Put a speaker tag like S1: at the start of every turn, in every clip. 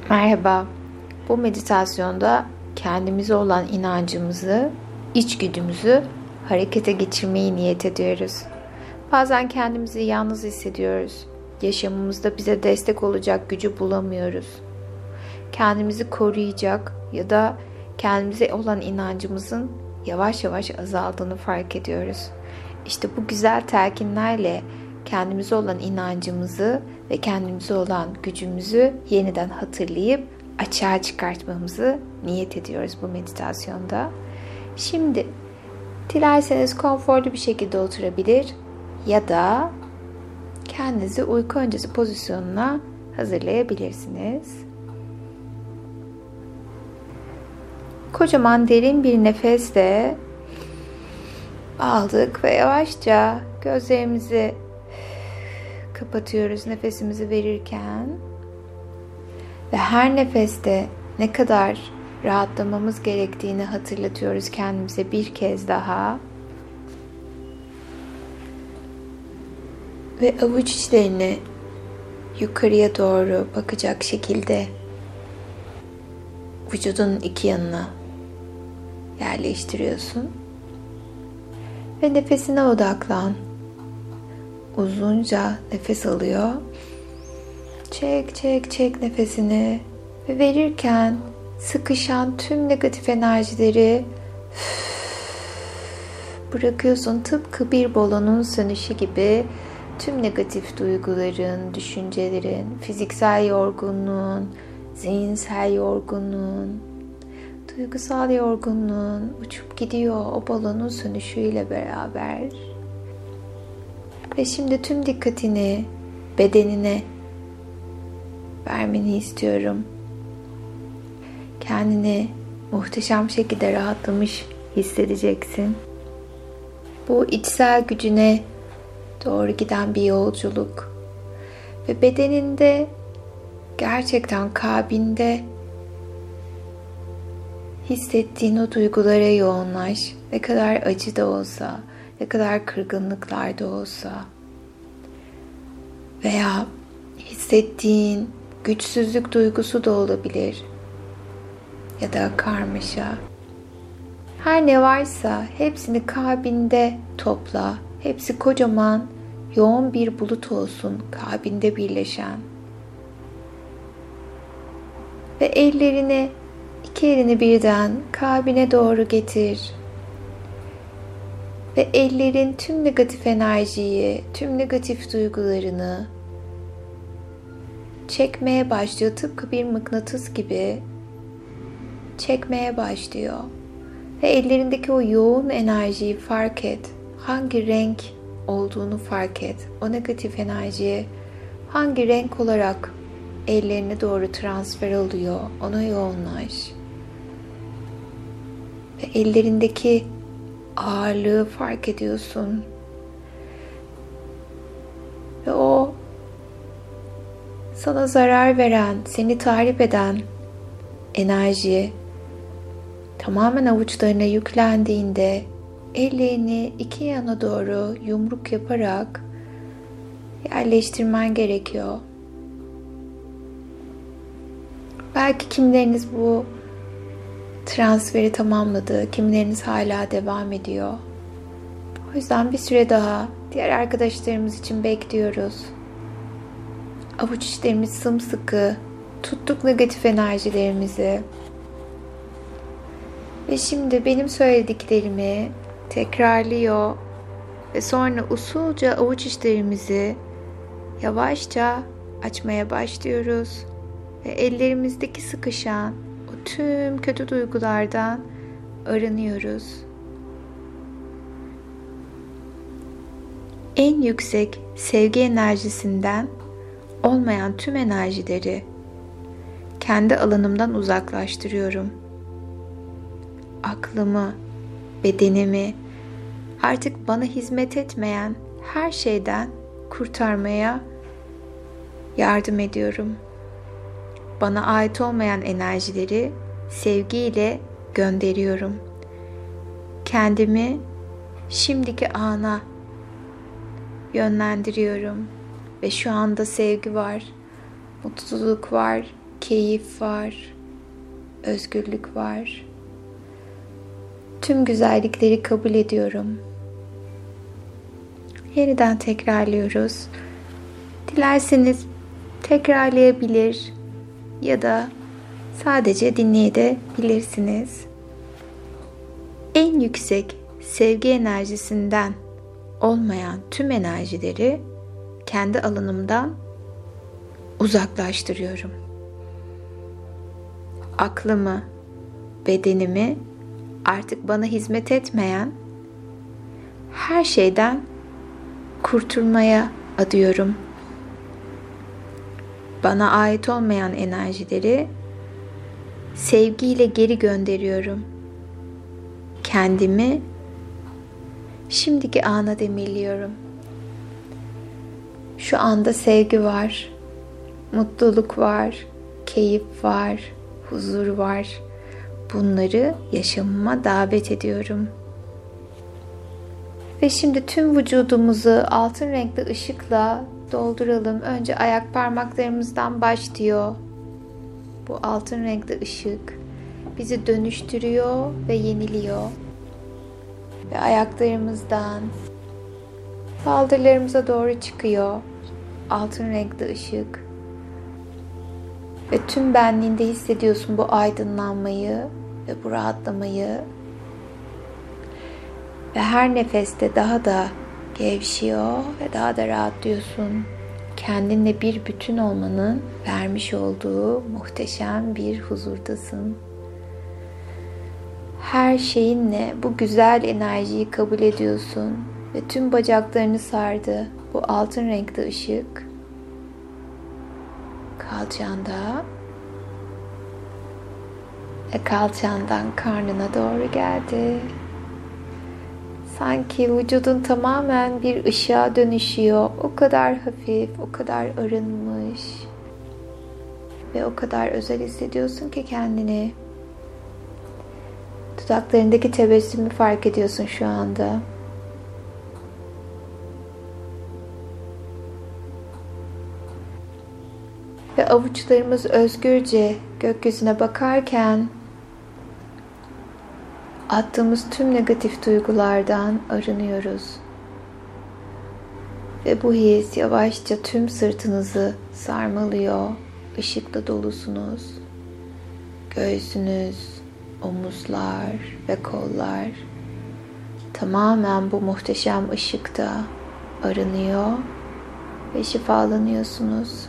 S1: Merhaba. Bu meditasyonda kendimize olan inancımızı, içgüdümüzü harekete geçirmeyi niyet ediyoruz. Bazen kendimizi yalnız hissediyoruz. Yaşamımızda bize destek olacak gücü bulamıyoruz. Kendimizi koruyacak ya da kendimize olan inancımızın yavaş yavaş azaldığını fark ediyoruz. İşte bu güzel telkinlerle kendimize olan inancımızı ve kendimize olan gücümüzü yeniden hatırlayıp açığa çıkartmamızı niyet ediyoruz bu meditasyonda. Şimdi dilerseniz konforlu bir şekilde oturabilir ya da kendinizi uyku öncesi pozisyonuna hazırlayabilirsiniz. Kocaman derin bir nefesle aldık ve yavaşça gözlerimizi kapatıyoruz nefesimizi verirken ve her nefeste ne kadar rahatlamamız gerektiğini hatırlatıyoruz kendimize bir kez daha. Ve avuç içlerini yukarıya doğru bakacak şekilde vücudun iki yanına yerleştiriyorsun. Ve nefesine odaklan. Uzunca nefes alıyor. Çek nefesini. Ve verirken sıkışan tüm negatif enerjileri bırakıyorsun. Tıpkı bir balonun sönüşü gibi tüm negatif duyguların, düşüncelerin, fiziksel yorgunluğun, zihinsel yorgunluğun, duygusal yorgunluğun uçup gidiyor o balonun sönüşüyle beraber. Ve şimdi tüm dikkatini bedenine vermeni istiyorum. Kendini muhteşem şekilde rahatlamış hissedeceksin. Bu içsel gücüne doğru giden bir yolculuk. Ve bedeninde gerçekten kalbinde hissettiğin o duygulara yoğunlaş. Ne kadar acı da olsa, ne kadar kırgınlıklar da olsa veya hissettiğin güçsüzlük duygusu da olabilir ya da karmaşa. Her ne varsa hepsini kalbinde topla. Hepsi kocaman, yoğun bir bulut olsun kalbinde birleşen. Ve iki elini birden kalbine doğru getir. Ve ellerin tüm negatif enerjiyi, tüm negatif duygularını çekmeye başlıyor. Tıpkı bir mıknatıs gibi çekmeye başlıyor. Ve ellerindeki o yoğun enerjiyi fark et. Hangi renk olduğunu fark et. O negatif enerjiye hangi renk olarak ellerine doğru transfer oluyor. Ona yoğunlaş. Ve ellerindeki ağırlığı fark ediyorsun. Ve o sana zarar veren, seni tahrip eden enerji tamamen avuçlarına yüklendiğinde ellerini iki yana doğru yumruk yaparak yerleştirmen gerekiyor. Belki kimileriniz bu transferi tamamladı, kimileriniz hala devam ediyor. O yüzden bir süre daha diğer arkadaşlarımız için bekliyoruz. Avuç içlerimiz sımsıkı, tuttuk negatif enerjilerimizi. Ve şimdi benim söylediklerimi tekrarlıyor ve sonra usulca avuç içlerimizi yavaşça açmaya başlıyoruz. Ve ellerimizdeki sıkışan o tüm kötü duygulardan arınıyoruz. En yüksek sevgi enerjisinden olmayan tüm enerjileri kendi alanımdan uzaklaştırıyorum. Aklımı, bedenimi artık bana hizmet etmeyen her şeyden kurtarmaya yardım ediyorum. Bana ait olmayan enerjileri sevgiyle gönderiyorum. Kendimi şimdiki ana yönlendiriyorum ve şu anda sevgi var, mutluluk var, keyif var, özgürlük var. Tüm güzellikleri kabul ediyorum. Yeniden tekrarlıyoruz. Dilerseniz tekrarlayabilir ya da sadece dinleyebilirsiniz. En yüksek sevgi enerjisinden olmayan tüm enerjileri kendi alanımdan uzaklaştırıyorum. Aklımı, bedenimi artık bana hizmet etmeyen her şeyden kurtulmaya adıyorum. Bana ait olmayan enerjileri sevgiyle geri gönderiyorum. Kendimi şimdiki ana demirliyorum. Şu anda sevgi var, mutluluk var, keyif var, huzur var. Bunları yaşamıma davet ediyorum. Ve şimdi tüm vücudumuzu altın renkli ışıkla dolduralım. Önce ayak parmaklarımızdan başlıyor. Bu altın renkli ışık bizi dönüştürüyor ve yeniliyor. Ve ayaklarımızdan baldırlarımıza doğru çıkıyor altın renkli ışık. Ve tüm benliğinde hissediyorsun bu aydınlanmayı ve bu rahatlamayı. Ve her nefeste daha da gevşiyor ve daha da rahatlıyorsun. Kendinle bir bütün olmanın vermiş olduğu muhteşem bir huzurdasın. Her şeyinle bu güzel enerjiyi kabul ediyorsun ve tüm bacaklarını sardı bu altın renkli ışık. Kalçanda ve kalçandan karnına doğru geldi. Sanki vücudun tamamen bir ışığa dönüşüyor. O kadar hafif, o kadar arınmış ve o kadar özel hissediyorsun ki kendini. Dudaklarındaki tebessümü fark ediyorsun şu anda. Ve avuçlarımız özgürce gökyüzüne bakarken attığımız tüm negatif duygulardan arınıyoruz. Ve bu his yavaşça tüm sırtınızı sarmalıyor. Işıkla dolusunuz. Göğsünüz, omuzlar ve kollar tamamen bu muhteşem ışıkta arınıyor ve şifalanıyorsunuz.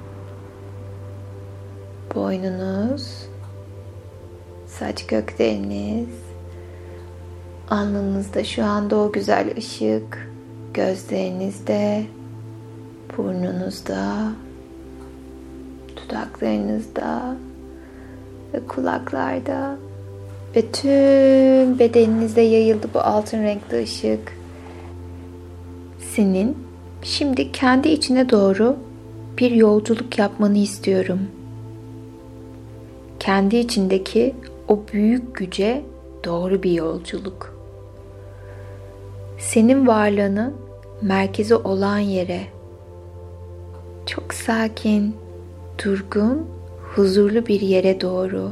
S1: Boynunuz, saç kökleriniz, alnınızda şu anda o güzel ışık, gözlerinizde, burnunuzda, dudaklarınızda ve kulaklarda ve tüm bedeninizde yayıldı bu altın renkli ışık. Senin şimdi kendi içine doğru bir yolculuk yapmanı istiyorum. Kendi içindeki o büyük güce doğru bir yolculuk. Senin varlığının merkezi olan yere, çok sakin, durgun, huzurlu bir yere doğru,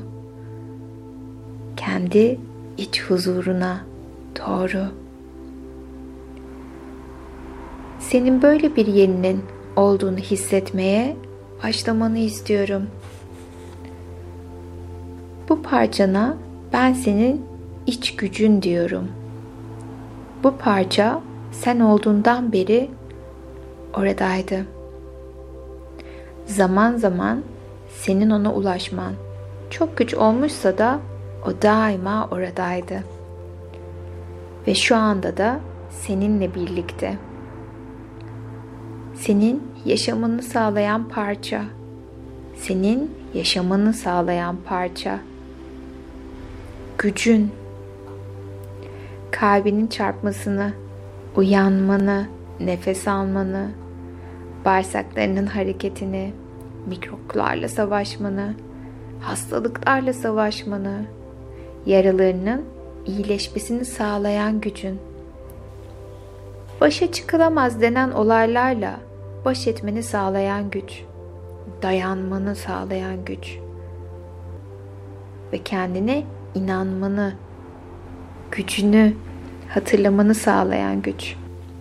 S1: kendi iç huzuruna doğru. Senin böyle bir yerinin olduğunu hissetmeye başlamanı istiyorum. Bu parçana ben senin iç gücün diyorum. Bu parça sen olduğundan beri oradaydı. Zaman zaman senin ona ulaşman çok güç olmuşsa da o daima oradaydı. Ve şu anda da seninle birlikte. Senin yaşamını sağlayan parça. Senin yaşamını sağlayan parça. Gücün. Kalbinin çarpmasını, uyanmanı, nefes almanı, bağırsaklarının hareketini, mikroplarla savaşmanı, hastalıklarla savaşmanı, yaralarının iyileşmesini sağlayan gücün. Başa çıkılamaz denen olaylarla baş etmeni sağlayan güç. dayanmanı sağlayan güç ve kendine inanmanı, gücünü hatırlamanı sağlayan güç.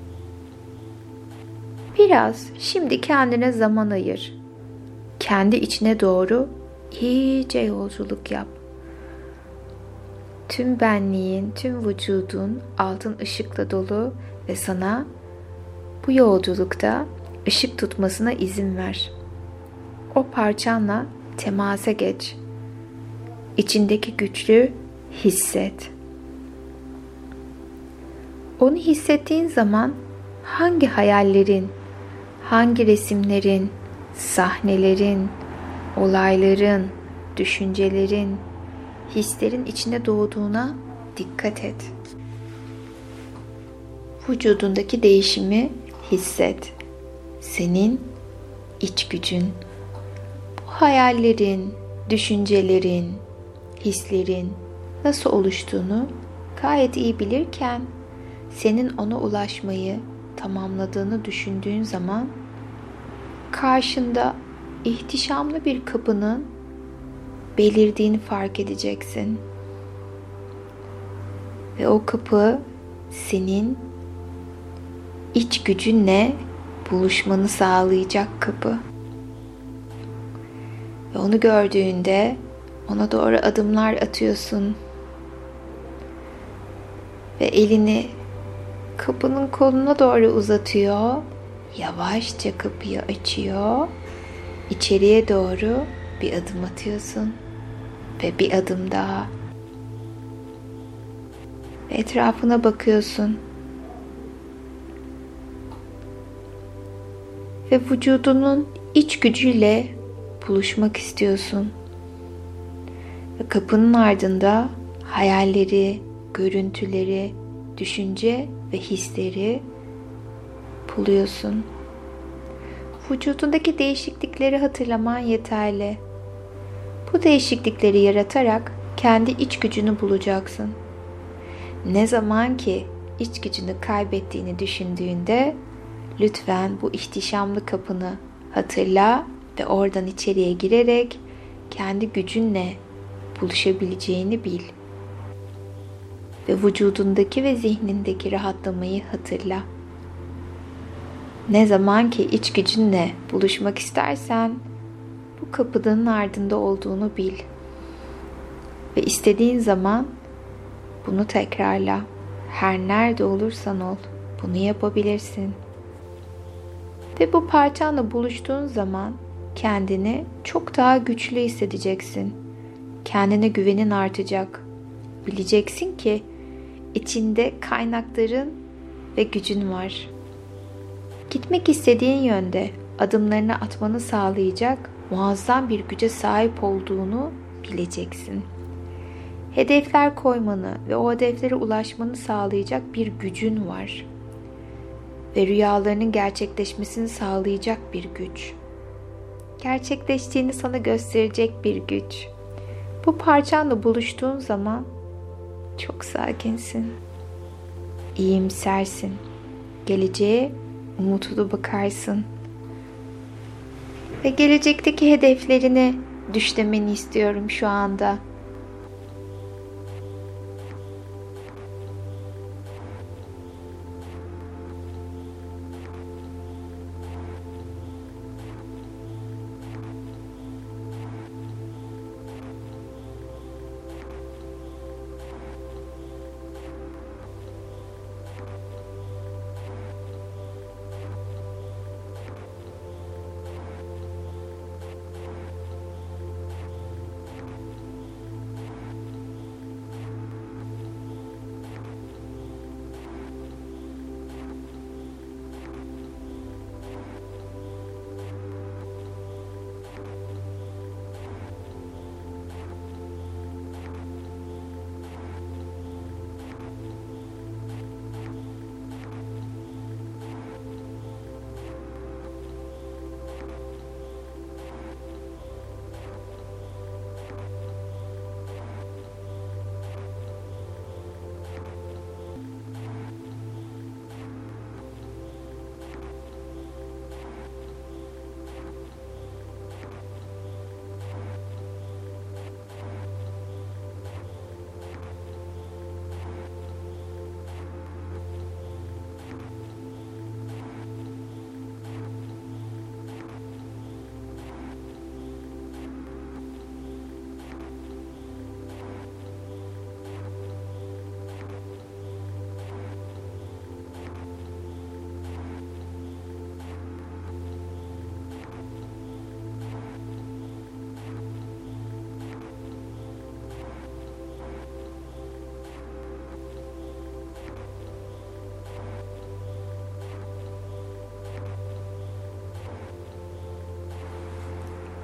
S1: Biraz şimdi kendine zaman ayır. Kendi içine doğru iyice yolculuk yap. Tüm benliğin, tüm vücudun altın ışıkla dolu ve sana bu yolculukta ışık tutmasına izin ver. O parçanla temasa geç. İçindeki güçlü hisset. Onu hissettiğin zaman hangi hayallerin, hangi resimlerin, sahnelerin, olayların, düşüncelerin, hislerin içine doğduğuna dikkat et. Vücudundaki değişimi hisset. Senin iç gücün. Bu hayallerin, düşüncelerin, hislerin nasıl oluştuğunu gayet iyi bilirken senin ona ulaşmayı tamamladığını düşündüğün zaman karşında ihtişamlı bir kapının belirdiğini fark edeceksin. Ve o kapı senin iç gücünle buluşmanı sağlayacak kapı. Ve onu gördüğünde ona doğru adımlar atıyorsun. Ve elini kapının koluna doğru uzatıyor. Yavaşça kapıyı açıyor. İçeriye doğru bir adım atıyorsun. Ve bir adım daha. Ve etrafına bakıyorsun. Ve vücudunun iç gücüyle buluşmak istiyorsun. Ve kapının ardında hayalleri, görüntüleri, düşünce ve hisleri buluyorsun. Vücudundaki değişiklikleri hatırlaman yeterli. Bu değişiklikleri yaratarak kendi iç gücünü bulacaksın. Ne zaman ki iç gücünü kaybettiğini düşündüğünde lütfen bu ihtişamlı kapını hatırla ve oradan içeriye girerek kendi gücünle buluşabileceğini bil. Ve vücudundaki ve zihnindeki rahatlamayı hatırla. Ne zaman ki iç gücünle buluşmak istersen bu kapının ardında olduğunu bil. Ve istediğin zaman bunu tekrarla. Her nerede olursan ol, bunu yapabilirsin. Ve bu parçanla buluştuğun zaman kendini çok daha güçlü hissedeceksin. Kendine güvenin artacak. Bileceksin ki içinde kaynakların ve gücün var. Gitmek istediğin yönde adımlarını atmanı sağlayacak muazzam bir güce sahip olduğunu bileceksin. Hedefler koymanı ve o hedeflere ulaşmanı sağlayacak bir gücün var. Ve rüyalarının gerçekleşmesini sağlayacak bir güç. Gerçekleştiğini sana gösterecek bir güç. Bu parçanla buluştuğun zaman çok sakinsin. İyimsersin. Geleceğe umutlu bakarsın. Ve gelecekteki hedeflerini düşlemeni istiyorum şu anda.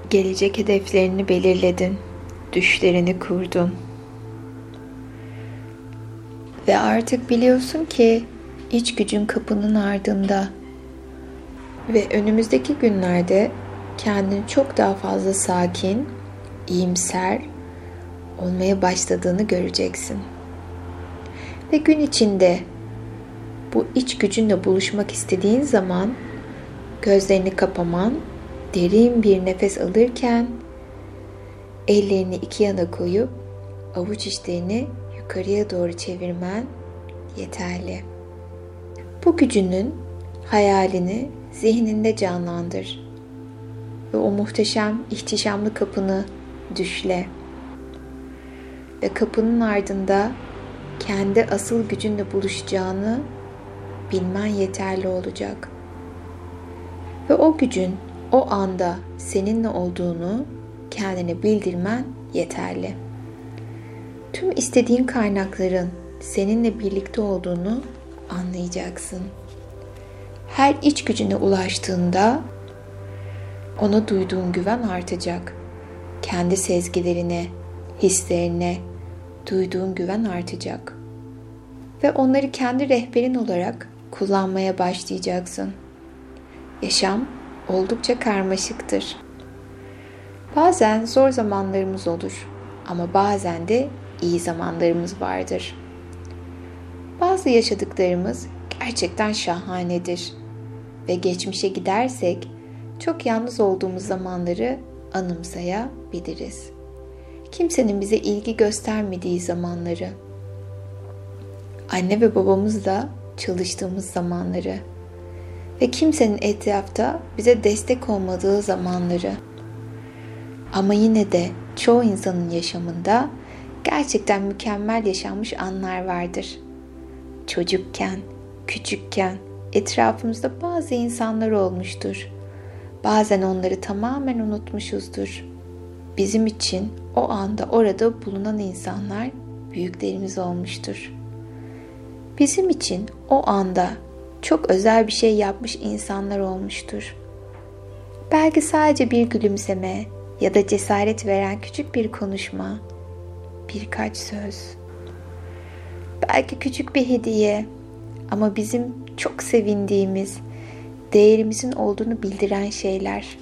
S1: Gelecek hedeflerini belirledin, düşlerini kurdun. Ve artık biliyorsun ki iç gücün kapının ardında. Ve önümüzdeki günlerde kendini çok daha fazla sakin, iyimser olmaya başladığını göreceksin. Ve gün içinde bu iç gücünle buluşmak istediğin zaman gözlerini kapaman, derin bir nefes alırken ellerini iki yana koyup avuç içlerini yukarıya doğru çevirmen yeterli. Bu gücünün hayalini zihninde canlandır ve o muhteşem, ihtişamlı kapını düşle. Ve kapının ardında kendi asıl gücünle buluşacağını bilmen yeterli olacak. Ve o gücün o anda seninle olduğunu kendine bildirmen yeterli. Tüm istediğin kaynakların seninle birlikte olduğunu anlayacaksın. Her iç gücüne ulaştığında ona duyduğun güven artacak. Kendi sezgilerine, hislerine duyduğun güven artacak. Ve onları kendi rehberin olarak kullanmaya başlayacaksın. Yaşam oldukça karmaşıktır. Bazen zor zamanlarımız olur ama bazen de iyi zamanlarımız vardır. Bazı yaşadıklarımız gerçekten şahanedir ve geçmişe gidersek çok yalnız olduğumuz zamanları anımsayabiliriz. Kimsenin bize ilgi göstermediği zamanları, anne ve babamızla çalıştığımız zamanları ve kimsenin etrafta bize destek olmadığı zamanları. Ama yine de çoğu insanın yaşamında gerçekten mükemmel yaşanmış anlar vardır. Çocukken, küçükken etrafımızda bazı insanlar olmuştur. Bazen onları tamamen unutmuşuzdur. Bizim için o anda orada bulunan insanlar büyüklerimiz olmuştur. Bizim için o anda çok özel bir şey yapmış insanlar olmuştur. Belki sadece bir gülümseme ya da cesaret veren küçük bir konuşma, birkaç söz. Belki küçük bir hediye ama bizim çok sevindiğimiz, değerimizin olduğunu bildiren şeyler.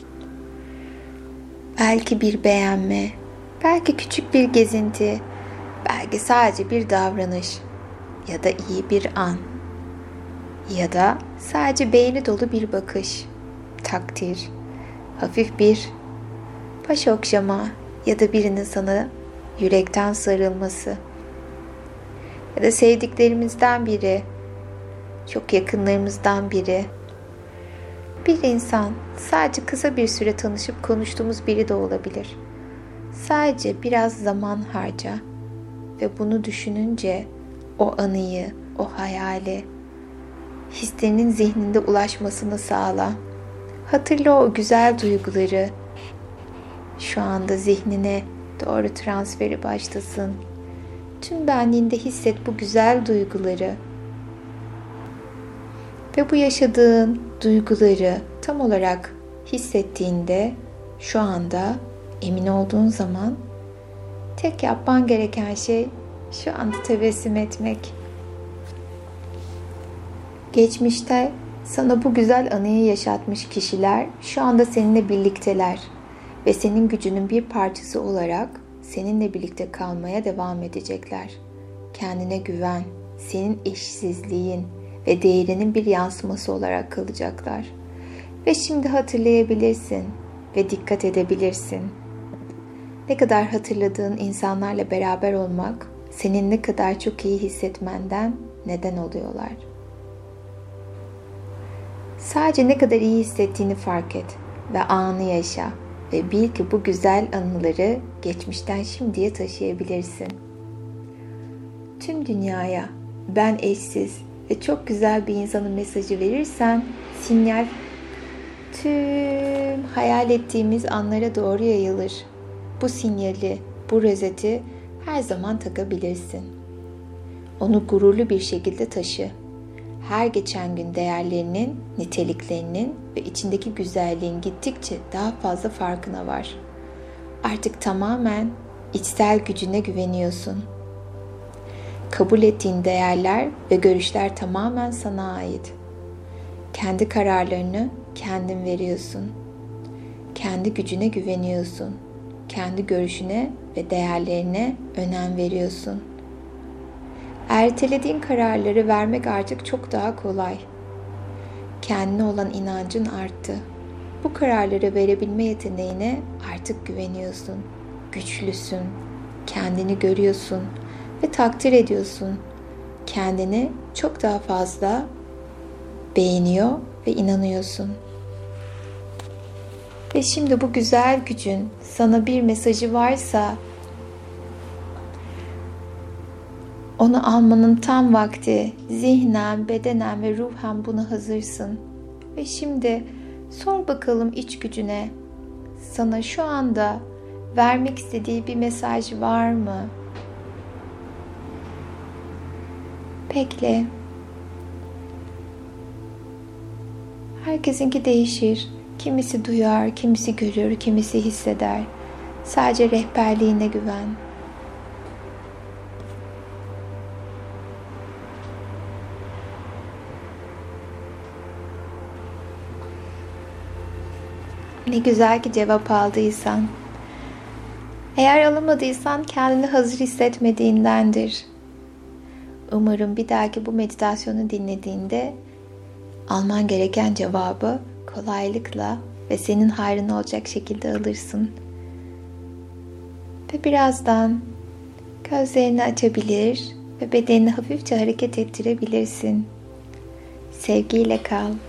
S1: Belki bir beğenme, belki küçük bir gezinti, belki sadece bir davranış ya da iyi bir an. Ya da sadece beğeni dolu bir bakış, takdir, hafif bir baş okşama ya da birinin sana yürekten sarılması. Ya da sevdiklerimizden biri, çok yakınlarımızdan biri. Bir insan sadece kısa bir süre tanışıp konuştuğumuz biri de olabilir. Sadece biraz zaman harca ve bunu düşününce o anıyı, o hayali, hislerinin zihninde ulaşmasını sağla. Hatırla o güzel duyguları. Şu anda zihnine doğru transferi başlasın. Tüm benliğinde hisset bu güzel duyguları. Ve bu yaşadığın duyguları tam olarak hissettiğinde, şu anda emin olduğun zaman tek yapman gereken şey şu anda tebessüm etmek. Geçmişte sana bu güzel anıyı yaşatmış kişiler şu anda seninle birlikteler ve senin gücünün bir parçası olarak seninle birlikte kalmaya devam edecekler. Kendine güven, senin eşsizliğin ve değerinin bir yansıması olarak kalacaklar. Ve şimdi hatırlayabilirsin ve dikkat edebilirsin. Ne kadar hatırladığın insanlarla beraber olmak, senin ne kadar çok iyi hissetmenden neden oluyorlar. Sadece ne kadar iyi hissettiğini fark et ve anı yaşa ve bil ki bu güzel anıları geçmişten şimdiye taşıyabilirsin. Tüm dünyaya ben eşsiz ve çok güzel bir insanın mesajı verirsen sinyal tüm hayal ettiğimiz anlara doğru yayılır. Bu sinyali, bu rozeti her zaman takabilirsin. Onu gururlu bir şekilde taşı. her geçen gün değerlerinin, niteliklerinin ve içindeki güzelliğin gittikçe daha fazla farkına var. Artık tamamen içsel gücüne güveniyorsun. Kabul ettiğin değerler ve görüşler tamamen sana ait. Kendi kararlarını kendin veriyorsun. Kendi gücüne güveniyorsun. Kendi görüşüne ve değerlerine önem veriyorsun. Ertelediğin kararları vermek artık çok daha kolay. Kendine olan inancın arttı. Bu kararları verebilme yeteneğine artık güveniyorsun. Güçlüsün. Kendini görüyorsun ve takdir ediyorsun. Kendini çok daha fazla beğeniyor ve inanıyorsun. Ve şimdi bu güzel gücün sana bir mesajı varsa onu almanın tam vakti. Zihnen, bedenen ve ruhen buna hazırsın. Ve şimdi sor bakalım iç gücüne. Sana şu anda vermek istediği bir mesaj var mı? Bekle. Herkesinki değişir. Kimisi duyar, kimisi görür, kimisi hisseder. Sadece rehberliğine güven. Ne güzel ki cevap aldıysan. Eğer alamadıysan kendini hazır hissetmediğindendir. Umarım bir dahaki bu meditasyonu dinlediğinde alman gereken cevabı kolaylıkla ve senin hayrına olacak şekilde alırsın. Ve birazdan gözlerini açabilir ve bedenini hafifçe hareket ettirebilirsin. Sevgiyle kal.